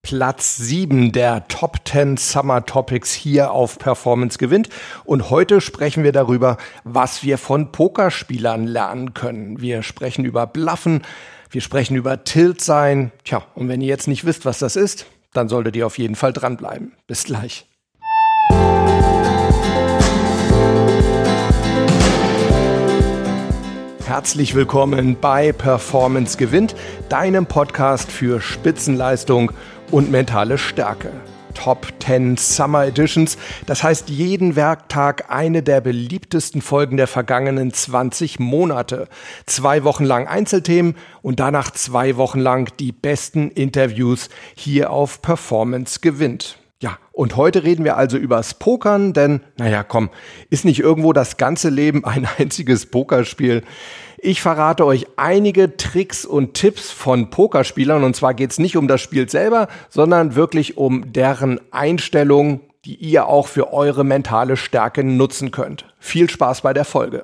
Platz 7 der Top 10 Summer Topics hier auf Performance gewinnt. Und heute sprechen wir darüber, was wir von Pokerspielern lernen können. Wir sprechen über Bluffen, wir sprechen über Tilt sein. Tja, und wenn ihr jetzt nicht wisst, was das ist, dann solltet ihr auf jeden Fall dranbleiben. Bis gleich. Herzlich willkommen bei Performance gewinnt, deinem Podcast für Spitzenleistung und mentale Stärke. Top 10 Summer Editions, das heißt jeden Werktag eine der beliebtesten Folgen der vergangenen 20 Monate. 2 Wochen lang Einzelthemen und danach 2 Wochen lang die besten Interviews hier auf Performance gewinnt. Ja, und heute reden wir also übers Pokern, denn, ist nicht irgendwo das ganze Leben ein einziges Pokerspiel? Ich verrate euch einige Tricks und Tipps von Pokerspielern, und zwar geht es nicht um das Spiel selber, sondern wirklich um deren Einstellung, die ihr auch für eure mentale Stärke nutzen könnt. Viel Spaß bei der Folge.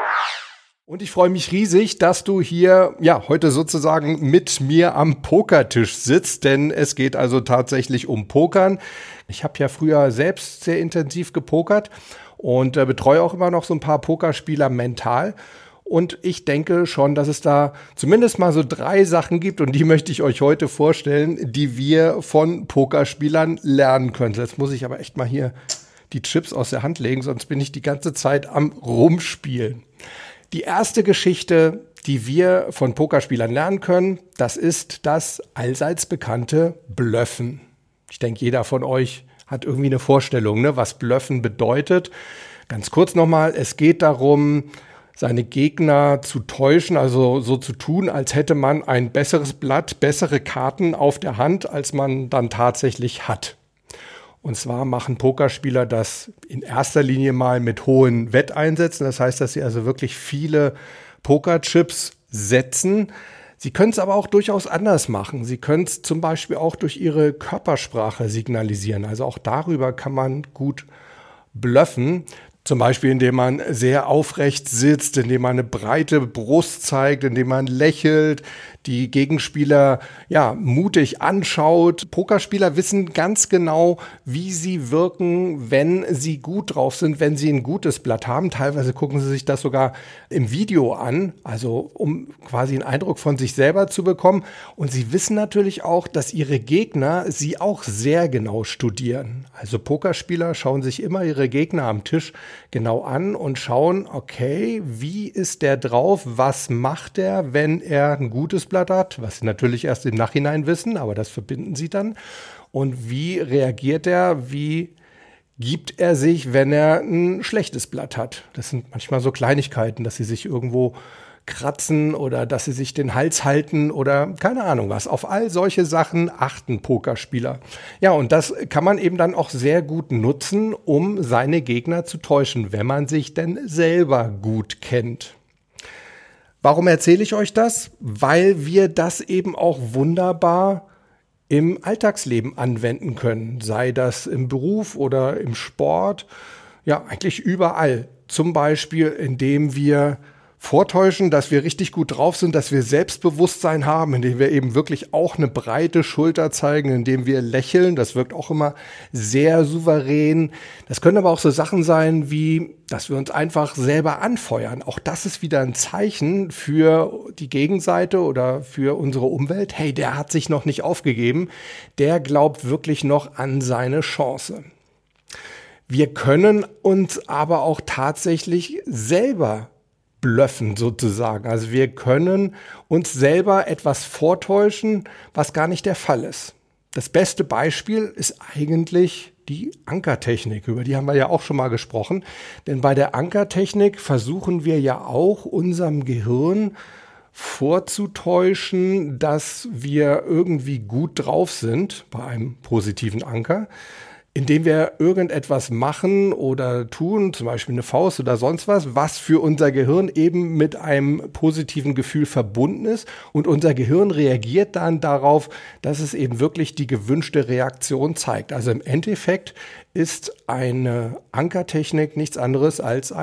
Und ich freue mich riesig, dass du hier heute sozusagen mit mir am Pokertisch sitzt, denn es geht also tatsächlich um Pokern. Ich habe ja früher selbst sehr intensiv gepokert und betreue auch immer noch so ein paar Pokerspieler mental. Und ich denke schon, dass es da zumindest mal so 3 Sachen gibt, und die möchte ich euch heute vorstellen, die wir von Pokerspielern lernen können. Jetzt muss ich aber echt mal hier die Chips aus der Hand legen, sonst bin ich die ganze Zeit am Rumspielen. Die erste Geschichte, die wir von Pokerspielern lernen können, das ist das allseits bekannte Bluffen. Ich denke, jeder von euch hat irgendwie eine Vorstellung, was Bluffen bedeutet. Ganz kurz nochmal, es geht darum, seine Gegner zu täuschen, also so zu tun, als hätte man ein besseres Blatt, bessere Karten auf der Hand, als man dann tatsächlich hat. Und zwar machen Pokerspieler das in erster Linie mal mit hohen Wetteinsätzen. Das heißt, dass sie also wirklich viele Pokerchips setzen. Sie können es aber auch durchaus anders machen. Sie können es zum Beispiel auch durch ihre Körpersprache signalisieren. Also auch darüber kann man gut bluffen. Zum Beispiel, indem man sehr aufrecht sitzt, indem man eine breite Brust zeigt, indem man lächelt, die Gegenspieler mutig anschaut. Pokerspieler wissen ganz genau, wie sie wirken, wenn sie gut drauf sind, wenn sie ein gutes Blatt haben. Teilweise gucken sie sich das sogar im Video an, also um quasi einen Eindruck von sich selber zu bekommen. Und sie wissen natürlich auch, dass ihre Gegner sie auch sehr genau studieren. Also Pokerspieler schauen sich immer ihre Gegner am Tisch genau an und schauen, okay, wie ist der drauf, was macht er, wenn er ein gutes Blatt hat, was sie natürlich erst im Nachhinein wissen, aber das verbinden sie dann. Und wie reagiert er, wie gibt er sich, wenn er ein schlechtes Blatt hat? Das sind manchmal so Kleinigkeiten, dass sie sich irgendwo kratzen oder dass sie sich den Hals halten oder keine Ahnung was. Auf all solche Sachen achten Pokerspieler. Ja, und das kann man eben dann auch sehr gut nutzen, um seine Gegner zu täuschen, wenn man sich denn selber gut kennt. Warum erzähle ich euch das? Weil wir das eben auch wunderbar im Alltagsleben anwenden können. Sei das im Beruf oder im Sport. Ja, eigentlich überall. Zum Beispiel, indem wir vortäuschen, dass wir richtig gut drauf sind, dass wir Selbstbewusstsein haben, indem wir eben wirklich auch eine breite Schulter zeigen, indem wir lächeln. Das wirkt auch immer sehr souverän. Das können aber auch so Sachen sein, wie, dass wir uns einfach selber anfeuern. Auch das ist wieder ein Zeichen für die Gegenseite oder für unsere Umwelt. Hey, der hat sich noch nicht aufgegeben. Der glaubt wirklich noch an seine Chance. Wir können uns aber auch tatsächlich selber bluffen sozusagen. Also wir können uns selber etwas vortäuschen, was gar nicht der Fall ist. Das beste Beispiel ist eigentlich die Ankertechnik. Über die haben wir ja auch schon mal gesprochen. Denn bei der Ankertechnik versuchen wir ja auch unserem Gehirn vorzutäuschen, dass wir irgendwie gut drauf sind bei einem positiven Anker, indem wir irgendetwas machen oder tun, zum Beispiel eine Faust oder sonst was, was für unser Gehirn eben mit einem positiven Gefühl verbunden ist. Und unser Gehirn reagiert dann darauf, dass es eben wirklich die gewünschte Reaktion zeigt. Also im Endeffekt ist eine Ankertechnik nichts anderes als ein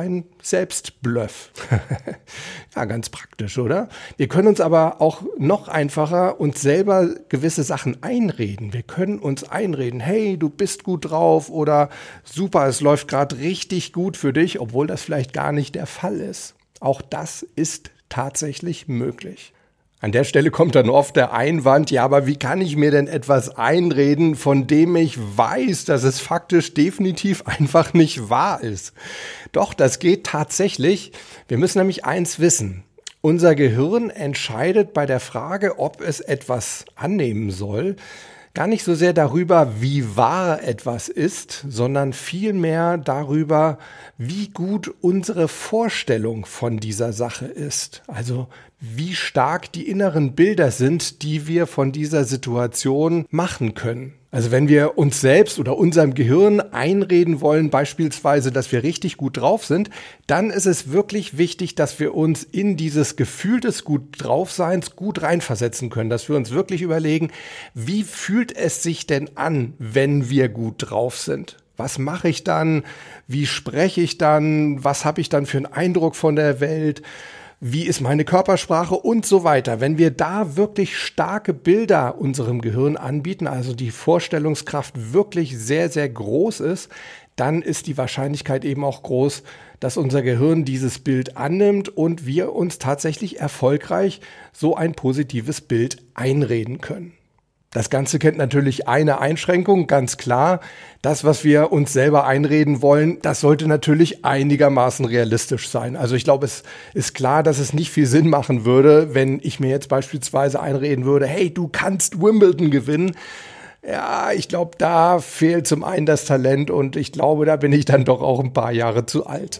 Selbstbluff. Ja, ganz praktisch, oder? Wir können uns aber auch noch einfacher uns selber gewisse Sachen einreden. Wir können uns einreden, hey, du bist gut drauf oder super, es läuft gerade richtig gut für dich, obwohl das vielleicht gar nicht der Fall ist. Auch das ist tatsächlich möglich. An der Stelle kommt dann oft der Einwand, ja, aber wie kann ich mir denn etwas einreden, von dem ich weiß, dass es faktisch definitiv einfach nicht wahr ist? Doch, das geht tatsächlich. Wir müssen nämlich eins wissen. Unser Gehirn entscheidet bei der Frage, ob es etwas annehmen soll, gar nicht so sehr darüber, wie wahr etwas ist, sondern vielmehr darüber, wie gut unsere Vorstellung von dieser Sache ist. Also wie stark die inneren Bilder sind, die wir von dieser Situation machen können. Also wenn wir uns selbst oder unserem Gehirn einreden wollen, beispielsweise, dass wir richtig gut drauf sind, dann ist es wirklich wichtig, dass wir uns in dieses Gefühl des gut draufseins gut reinversetzen können, dass wir uns wirklich überlegen, wie fühlt es sich denn an, wenn wir gut drauf sind? Was mache ich dann? Wie spreche ich dann? Was habe ich dann für einen Eindruck von der Welt? Wie ist meine Körpersprache und so weiter. Wenn wir da wirklich starke Bilder unserem Gehirn anbieten, also die Vorstellungskraft wirklich sehr, sehr groß ist, dann ist die Wahrscheinlichkeit eben auch groß, dass unser Gehirn dieses Bild annimmt und wir uns tatsächlich erfolgreich so ein positives Bild einreden können. Das Ganze kennt natürlich eine Einschränkung, ganz klar. Das, was wir uns selber einreden wollen, das sollte natürlich einigermaßen realistisch sein. Also ich glaube, es ist klar, dass es nicht viel Sinn machen würde, wenn ich mir jetzt beispielsweise einreden würde, hey, du kannst Wimbledon gewinnen. Ja, ich glaube, da fehlt zum einen das Talent und ich glaube, da bin ich dann doch auch ein paar Jahre zu alt.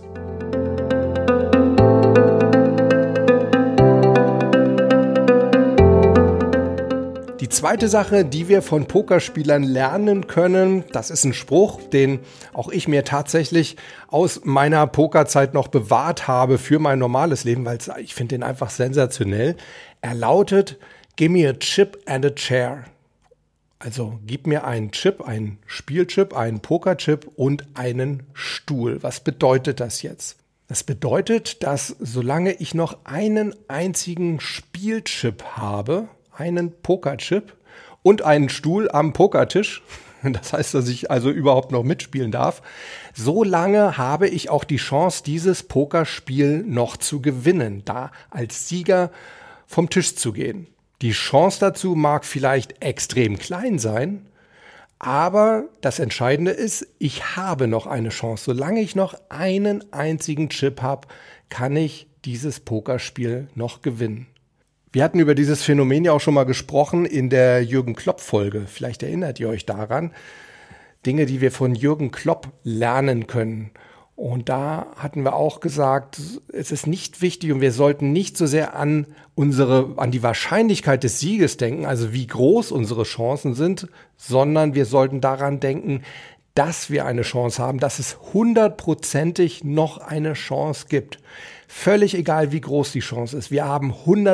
Die zweite Sache, die wir von Pokerspielern lernen können, das ist ein Spruch, den auch ich mir tatsächlich aus meiner Pokerzeit noch bewahrt habe für mein normales Leben, weil ich finde den einfach sensationell. Er lautet, give me a chip and a chair. Also gib mir einen Chip, einen Spielchip, einen Pokerchip und einen Stuhl. Was bedeutet das jetzt? Das bedeutet, dass solange ich noch einen einzigen Spielchip habe, einen Pokerchip und einen Stuhl am Pokertisch, das heißt, dass ich also überhaupt noch mitspielen darf, so lange habe ich auch die Chance, dieses Pokerspiel noch zu gewinnen, da als Sieger vom Tisch zu gehen. Die Chance dazu mag vielleicht extrem klein sein, aber das Entscheidende ist, ich habe noch eine Chance. Solange ich noch einen einzigen Chip habe, kann ich dieses Pokerspiel noch gewinnen. Wir hatten über dieses Phänomen ja auch schon mal gesprochen in der Jürgen Klopp-Folge. Vielleicht erinnert ihr euch daran. Dinge, die wir von Jürgen Klopp lernen können. Und da hatten wir auch gesagt, es ist nicht wichtig und wir sollten nicht so sehr an die Wahrscheinlichkeit des Sieges denken, also wie groß unsere Chancen sind, sondern wir sollten daran denken, dass wir eine Chance haben, dass es 100%ig noch eine Chance gibt. Völlig egal, wie groß die Chance ist. Wir haben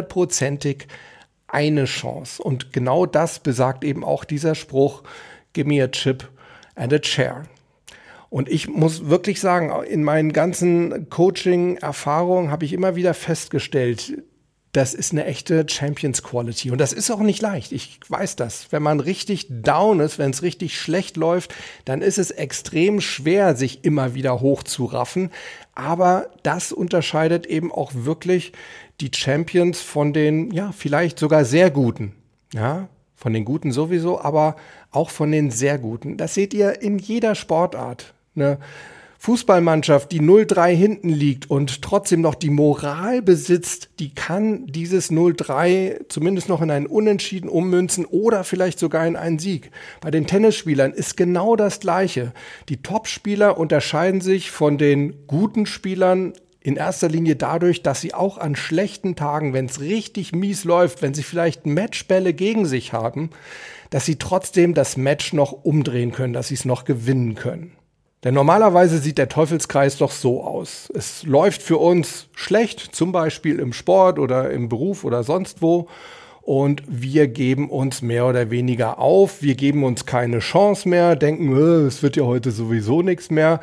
100%ig eine Chance. Und genau das besagt eben auch dieser Spruch, give me a chip and a chair. Und ich muss wirklich sagen, in meinen ganzen Coaching-Erfahrungen habe ich immer wieder festgestellt, das ist eine echte Champions Quality. Und das ist auch nicht leicht. Ich weiß das. Wenn man richtig down ist, wenn es richtig schlecht läuft, dann ist es extrem schwer, sich immer wieder hochzuraffen. Aber das unterscheidet eben auch wirklich die Champions von den, ja, vielleicht sogar sehr Guten. Ja, von den Guten sowieso, aber auch von den sehr Guten. Das seht ihr in jeder Sportart. Eine Fußballmannschaft, die 0-3 hinten liegt und trotzdem noch die Moral besitzt, die kann dieses 0-3 zumindest noch in einen Unentschieden ummünzen oder vielleicht sogar in einen Sieg. Bei den Tennisspielern ist genau das Gleiche. Die Topspieler unterscheiden sich von den guten Spielern in erster Linie dadurch, dass sie auch an schlechten Tagen, wenn es richtig mies läuft, wenn sie vielleicht Matchbälle gegen sich haben, dass sie trotzdem das Match noch umdrehen können, dass sie es noch gewinnen können. Denn normalerweise sieht der Teufelskreis doch so aus. Es läuft für uns schlecht, zum Beispiel im Sport oder im Beruf oder sonst wo. Und wir geben uns mehr oder weniger auf. Wir geben uns keine Chance mehr, denken, es wird ja heute sowieso nichts mehr.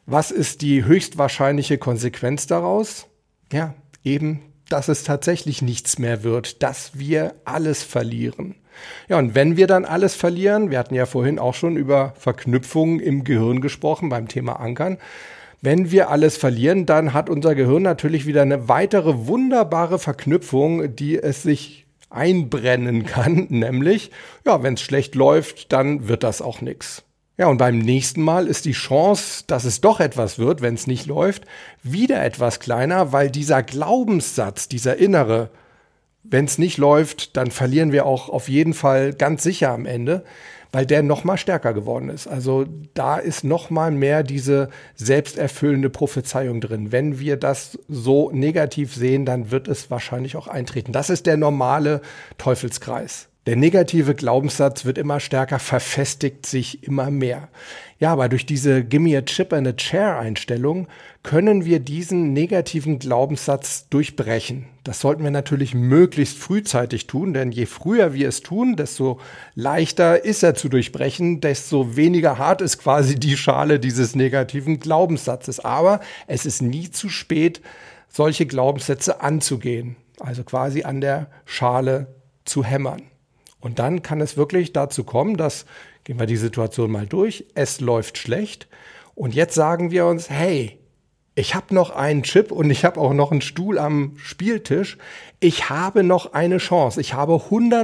Was ist die höchstwahrscheinliche Konsequenz daraus? Ja, eben, dass es tatsächlich nichts mehr wird, dass wir alles verlieren. Ja, und wenn wir dann alles verlieren, wir hatten ja vorhin auch schon über Verknüpfungen im Gehirn gesprochen beim Thema Ankern. Wenn wir alles verlieren, dann hat unser Gehirn natürlich wieder eine weitere wunderbare Verknüpfung, die es sich einbrennen kann, nämlich, ja, wenn es schlecht läuft, dann wird das auch nichts. Ja, und beim nächsten Mal ist die Chance, dass es doch etwas wird, wenn es nicht läuft, wieder etwas kleiner, weil dieser Glaubenssatz, dieser innere, wenn es nicht läuft, dann verlieren wir auch auf jeden Fall ganz sicher am Ende, weil der noch mal stärker geworden ist. Also da ist noch mal mehr diese selbsterfüllende Prophezeiung drin. Wenn wir das so negativ sehen, dann wird es wahrscheinlich auch eintreten. Das ist der normale Teufelskreis. Der negative Glaubenssatz wird immer stärker, verfestigt sich immer mehr. Ja, aber durch diese Gimme a Chip and a Chair Einstellung können wir diesen negativen Glaubenssatz durchbrechen. Das sollten wir natürlich möglichst frühzeitig tun, denn je früher wir es tun, desto leichter ist er zu durchbrechen, desto weniger hart ist quasi die Schale dieses negativen Glaubenssatzes. Aber es ist nie zu spät, solche Glaubenssätze anzugehen, also quasi an der Schale zu hämmern. Und dann kann es wirklich dazu kommen, dass, gehen wir die Situation mal durch, es läuft schlecht und jetzt sagen wir uns, hey, ich habe noch einen Chip und ich habe auch noch einen Stuhl am Spieltisch. Ich habe noch eine Chance. Ich habe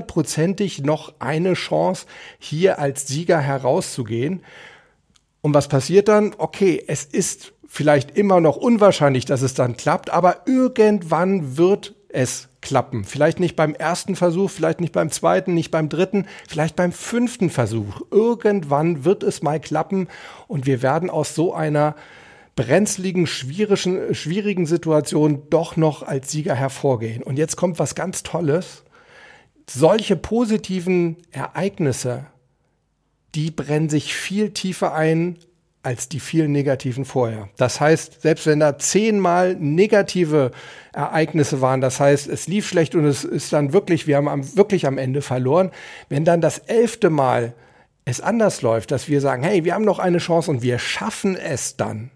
100%ig noch eine Chance, hier als Sieger herauszugehen. Und was passiert dann? Okay, es ist vielleicht immer noch unwahrscheinlich, dass es dann klappt, aber irgendwann wird es klappen. Vielleicht nicht beim ersten Versuch, vielleicht nicht beim zweiten, nicht beim dritten, vielleicht beim 5. Versuch. Irgendwann wird es mal klappen und wir werden aus so einer brenzligen, schwierigen Situation doch noch als Sieger hervorgehen. Und jetzt kommt was ganz Tolles. Solche positiven Ereignisse, die brennen sich viel tiefer ein als die vielen negativen vorher. Das heißt, selbst wenn da 10-mal negative Ereignisse waren, das heißt, es lief schlecht und es ist dann wirklich, wir haben wirklich am Ende verloren, wenn dann das 11. Mal es anders läuft, dass wir sagen, hey, wir haben noch eine Chance und wir schaffen es dann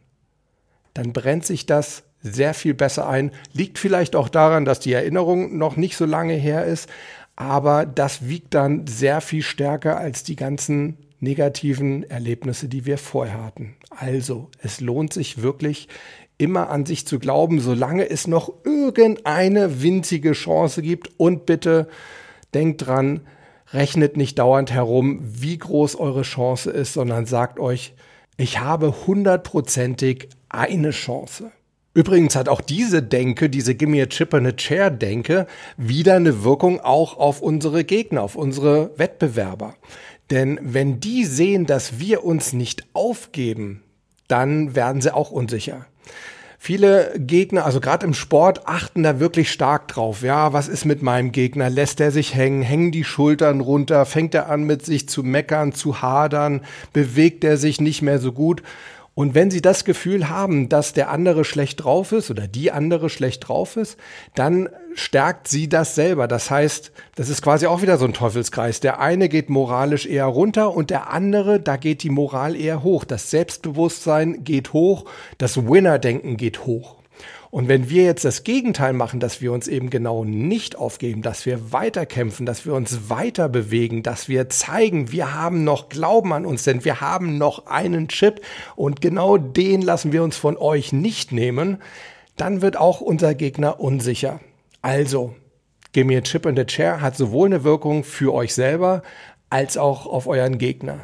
brennt sich das sehr viel besser ein. Liegt vielleicht auch daran, dass die Erinnerung noch nicht so lange her ist, aber das wiegt dann sehr viel stärker als die ganzen negativen Erlebnisse, die wir vorher hatten. Also, es lohnt sich wirklich, immer an sich zu glauben, solange es noch irgendeine winzige Chance gibt. Und bitte denkt dran, rechnet nicht dauernd herum, wie groß eure Chance ist, sondern sagt euch, ich habe 100%ig eine Chance. Übrigens hat auch diese Denke, diese Gimme a Chip and a Chair Denke, wieder eine Wirkung auch auf unsere Gegner, auf unsere Wettbewerber. Denn wenn die sehen, dass wir uns nicht aufgeben, dann werden sie auch unsicher. Viele Gegner, also gerade im Sport, achten da wirklich stark drauf. Ja, was ist mit meinem Gegner? Lässt er sich hängen? Hängen die Schultern runter? Fängt er an, mit sich zu meckern, zu hadern? Bewegt er sich nicht mehr so gut? Und wenn Sie das Gefühl haben, dass der andere schlecht drauf ist oder die andere schlecht drauf ist, dann stärkt Sie das selber. Das heißt, das ist quasi auch wieder so ein Teufelskreis. Der eine geht moralisch eher runter und der andere, da geht die Moral eher hoch. Das Selbstbewusstsein geht hoch, das Winner-Denken geht hoch. Und wenn wir jetzt das Gegenteil machen, dass wir uns eben genau nicht aufgeben, dass wir weiterkämpfen, dass wir uns weiter bewegen, dass wir zeigen, wir haben noch Glauben an uns, denn wir haben noch einen Chip und genau den lassen wir uns von euch nicht nehmen, dann wird auch unser Gegner unsicher. Also, Gimme a Chip and a Chair hat sowohl eine Wirkung für euch selber als auch auf euren Gegner.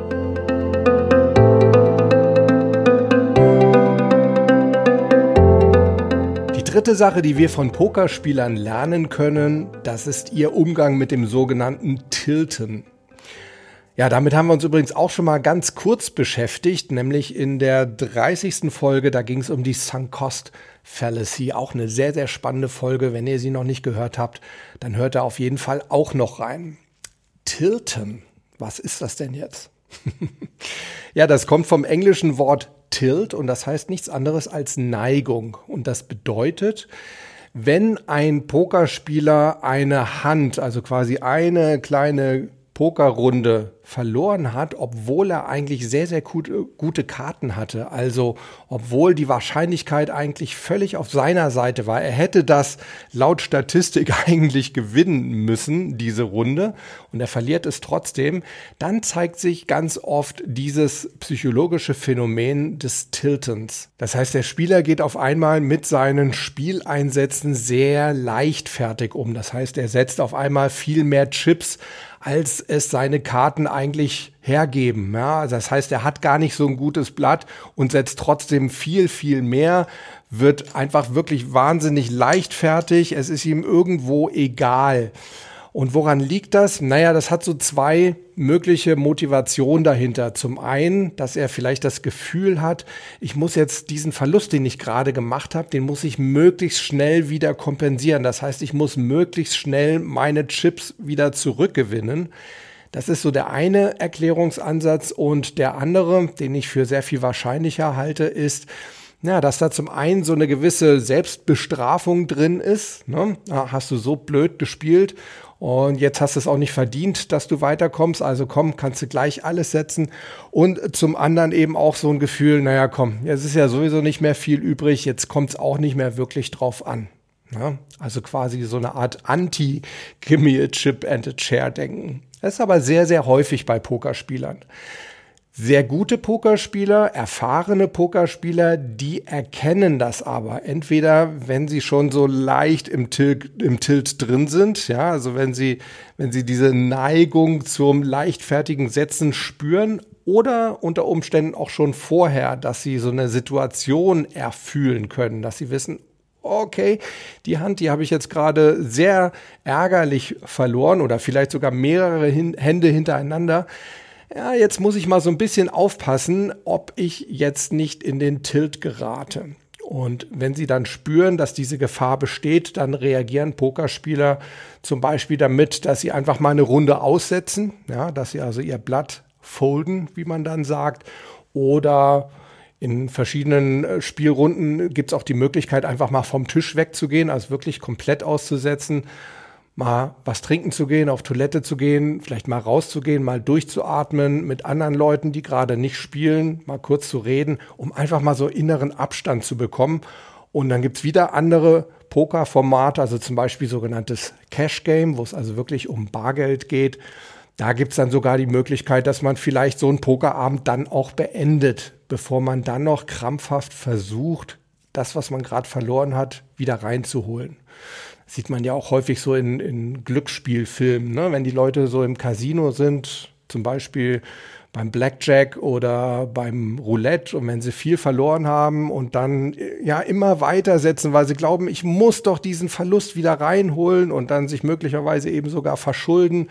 Die dritte Sache, die wir von Pokerspielern lernen können, das ist ihr Umgang mit dem sogenannten Tilten. Ja, damit haben wir uns übrigens auch schon mal ganz kurz beschäftigt, nämlich in der 30. Folge, da ging es um die Sunk Cost Fallacy. Auch eine sehr, sehr spannende Folge. Wenn ihr sie noch nicht gehört habt, dann hört da auf jeden Fall auch noch rein. Tilten, was ist das denn jetzt? Ja, das kommt vom englischen Wort Tilt und das heißt nichts anderes als Neigung. Und das bedeutet, wenn ein Pokerspieler eine Hand, also quasi eine kleine Pokerrunde verloren hat, obwohl er eigentlich sehr, sehr gute Karten hatte. Also obwohl die Wahrscheinlichkeit eigentlich völlig auf seiner Seite war. Er hätte das laut Statistik eigentlich gewinnen müssen, diese Runde. Und er verliert es trotzdem. Dann zeigt sich ganz oft dieses psychologische Phänomen des Tiltens. Das heißt, der Spieler geht auf einmal mit seinen Spieleinsätzen sehr leichtfertig um. Das heißt, er setzt auf einmal viel mehr Chips, als es seine Karten eigentlich hergeben. Ja, das heißt, er hat gar nicht so ein gutes Blatt und setzt trotzdem viel, viel mehr, wird einfach wirklich wahnsinnig leichtfertig. Es ist ihm irgendwo egal. Und woran liegt das? Naja, das hat so zwei mögliche Motivationen dahinter. Zum einen, dass er vielleicht das Gefühl hat, ich muss jetzt diesen Verlust, den ich gerade gemacht habe, den muss ich möglichst schnell wieder kompensieren. Das heißt, ich muss möglichst schnell meine Chips wieder zurückgewinnen. Das ist so der eine Erklärungsansatz. Und der andere, den ich für sehr viel wahrscheinlicher halte, ist, ja, dass da zum einen so eine gewisse Selbstbestrafung drin ist. Ne? Hast du so blöd gespielt und jetzt hast du es auch nicht verdient, dass du weiterkommst. Also komm, kannst du gleich alles setzen. Und zum anderen eben auch so ein Gefühl, naja komm, jetzt ist ja sowieso nicht mehr viel übrig, jetzt kommt es auch nicht mehr wirklich drauf an. Ja? Also quasi so eine Art Anti-Give me a chip and a chair denken. Das ist aber sehr, sehr häufig bei Pokerspielern. Sehr gute Pokerspieler, erfahrene Pokerspieler, die erkennen das aber. Entweder, wenn sie schon so leicht im Tilt drin sind, ja, also wenn sie diese Neigung zum leichtfertigen Setzen spüren, oder unter Umständen auch schon vorher, dass sie so eine Situation erfühlen können, dass sie wissen, okay, die Hand, die habe ich jetzt gerade sehr ärgerlich verloren oder vielleicht sogar mehrere Hände hintereinander. Ja, jetzt muss ich mal so ein bisschen aufpassen, ob ich jetzt nicht in den Tilt gerate. Und wenn sie dann spüren, dass diese Gefahr besteht, dann reagieren Pokerspieler zum Beispiel damit, dass sie einfach mal eine Runde aussetzen, ja, dass sie also ihr Blatt folden, wie man dann sagt, oder in verschiedenen Spielrunden gibt es auch die Möglichkeit, einfach mal vom Tisch wegzugehen, also wirklich komplett auszusetzen, mal was trinken zu gehen, auf Toilette zu gehen, vielleicht mal rauszugehen, mal durchzuatmen mit anderen Leuten, die gerade nicht spielen, mal kurz zu reden, um einfach mal so inneren Abstand zu bekommen. Und dann gibt's wieder andere Pokerformate, also zum Beispiel sogenanntes Cash Game, wo es also wirklich um Bargeld geht. Da gibt's dann sogar die Möglichkeit, dass man vielleicht so einen Pokerabend dann auch beendet, bevor man dann noch krampfhaft versucht, das, was man gerade verloren hat, wieder reinzuholen. Sieht man ja auch häufig so in Glücksspielfilmen, ne? Wenn die Leute so im Casino sind, zum Beispiel beim Blackjack oder beim Roulette, und wenn sie viel verloren haben und dann ja immer weitersetzen, weil sie glauben, ich muss doch diesen Verlust wieder reinholen und dann sich möglicherweise eben sogar verschulden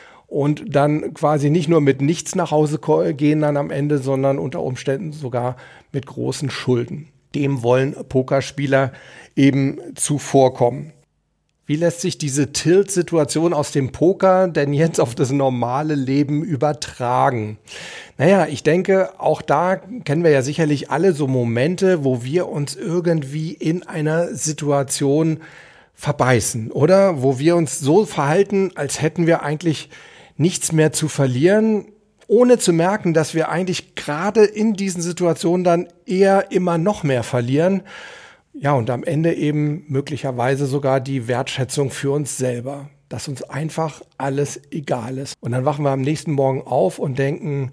und dann quasi nicht nur mit nichts nach Hause gehen dann am Ende, sondern unter Umständen sogar mit großen Schulden. Dem wollen Pokerspieler eben zuvorkommen. Wie lässt sich diese Tilt-Situation aus dem Poker denn jetzt auf das normale Leben übertragen? Naja, ich denke, auch da kennen wir ja sicherlich alle so Momente, wo wir uns irgendwie in einer Situation verbeißen, oder? Wo wir uns so verhalten, als hätten wir eigentlich nichts mehr zu verlieren, ohne zu merken, dass wir eigentlich gerade in diesen Situationen dann eher immer noch mehr verlieren. Ja, und am Ende eben möglicherweise sogar die Wertschätzung für uns selber, dass uns einfach alles egal ist. Und dann wachen wir am nächsten Morgen auf und denken,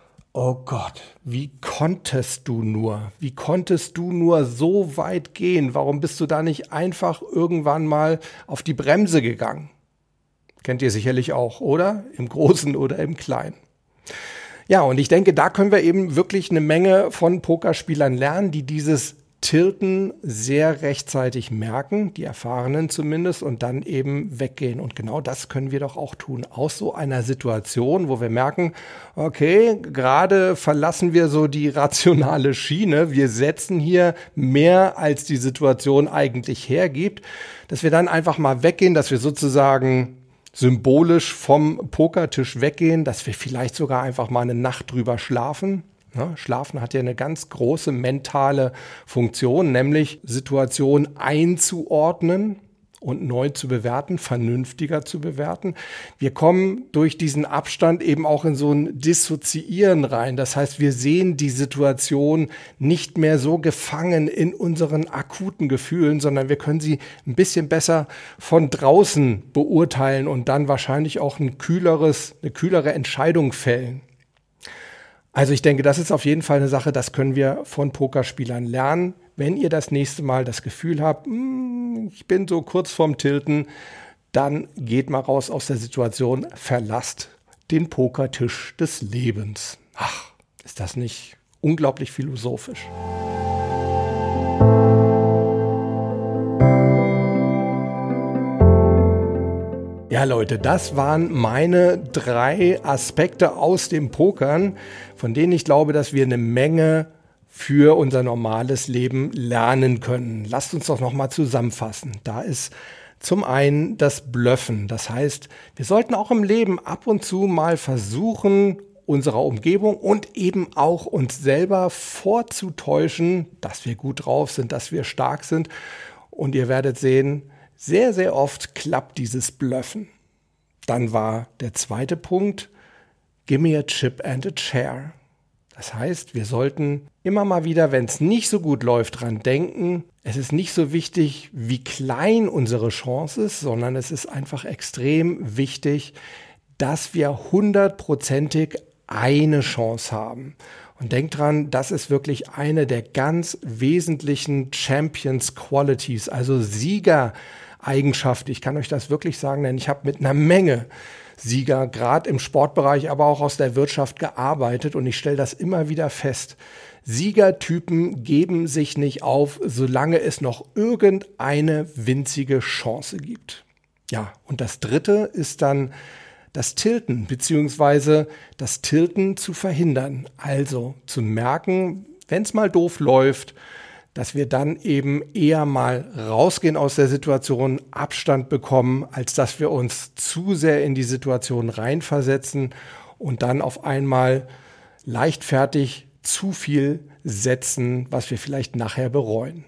oh Gott, wie konntest du nur? Wie konntest du nur so weit gehen? Warum bist du da nicht einfach irgendwann mal auf die Bremse gegangen? Kennt ihr sicherlich auch, oder? Im Großen oder im Kleinen. Ja, und ich denke, da können wir eben wirklich eine Menge von Pokerspielern lernen, die dieses Tilten sehr rechtzeitig merken, die Erfahrenen zumindest, und dann eben weggehen. Und genau das können wir doch auch tun. Aus so einer Situation, wo wir merken, okay, gerade verlassen wir so die rationale Schiene, wir setzen hier mehr, als die Situation eigentlich hergibt, dass wir dann einfach mal weggehen, dass wir sozusagen symbolisch vom Pokertisch weggehen, dass wir vielleicht sogar einfach mal eine Nacht drüber schlafen. Ja, Schlafen hat ja eine ganz große mentale Funktion, nämlich Situationen einzuordnen und neu zu bewerten, vernünftiger zu bewerten. Wir kommen durch diesen Abstand eben auch in so ein Dissoziieren rein. Das heißt, wir sehen die Situation nicht mehr so gefangen in unseren akuten Gefühlen, sondern wir können sie ein bisschen besser von draußen beurteilen und dann wahrscheinlich auch eine kühlere Entscheidung fällen. Also ich denke, das ist auf jeden Fall eine Sache, das können wir von Pokerspielern lernen. Wenn ihr das nächste Mal das Gefühl habt, ich bin so kurz vorm Tilten, dann geht mal raus aus der Situation, verlasst den Pokertisch des Lebens. Ach, ist das nicht unglaublich philosophisch? Ja, Leute, das waren meine 3 Aspekte aus dem Pokern, von denen ich glaube, dass wir eine Menge für unser normales Leben lernen können. Lasst uns doch nochmal zusammenfassen. Da ist zum einen das Bluffen. Das heißt, wir sollten auch im Leben ab und zu mal versuchen, unserer Umgebung und eben auch uns selber vorzutäuschen, dass wir gut drauf sind, dass wir stark sind. Und ihr werdet sehen, sehr, sehr oft klappt dieses Bluffen. Dann war der zweite Punkt, give me a chip and a chair. Das heißt, wir sollten immer mal wieder, wenn es nicht so gut läuft, dran denken, es ist nicht so wichtig, wie klein unsere Chance ist, sondern es ist einfach extrem wichtig, dass wir 100%ig eine Chance haben. Und denkt dran, das ist wirklich eine der ganz wesentlichen Champions Qualities, also Siegereigenschaften. Ich kann euch das wirklich sagen, denn ich habe mit einer Menge Sieger, gerade im Sportbereich, aber auch aus der Wirtschaft gearbeitet und ich stelle das immer wieder fest. Siegertypen geben sich nicht auf, solange es noch irgendeine winzige Chance gibt. Ja, und das dritte ist dann das Tilten, beziehungsweise das Tilten zu verhindern. Also zu merken, wenn es mal doof läuft, dass wir dann eben eher mal rausgehen aus der Situation, Abstand bekommen, als dass wir uns zu sehr in die Situation reinversetzen und dann auf einmal leichtfertig zu viel setzen, was wir vielleicht nachher bereuen.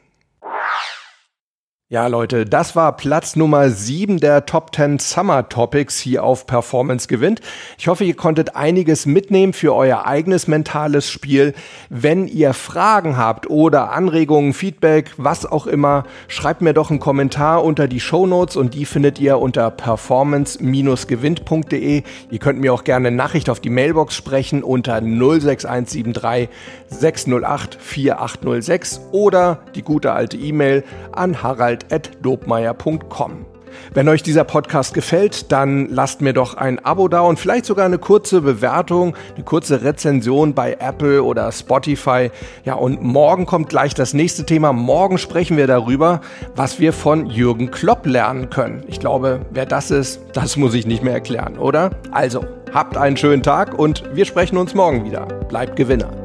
Ja, Leute, das war Platz Nummer 7 der Top 10 Summer Topics hier auf Performance gewinnt. Ich hoffe, ihr konntet einiges mitnehmen für euer eigenes mentales Spiel. Wenn ihr Fragen habt oder Anregungen, Feedback, was auch immer, schreibt mir doch einen Kommentar unter die Shownotes und die findet ihr unter performance-gewinnt.de. Ihr könnt mir auch gerne eine Nachricht auf die Mailbox sprechen unter 06173 608 4806 oder die gute alte E-Mail an harald@dobmeier.com. Wenn euch dieser Podcast gefällt, dann lasst mir doch ein Abo da und vielleicht sogar eine kurze Bewertung, eine kurze Rezension bei Apple oder Spotify. Ja, und morgen kommt gleich das nächste Thema. Morgen sprechen wir darüber, was wir von Jürgen Klopp lernen können. Ich glaube, wer das ist, das muss ich nicht mehr erklären, oder? Also, habt einen schönen Tag und wir sprechen uns morgen wieder. Bleibt Gewinner.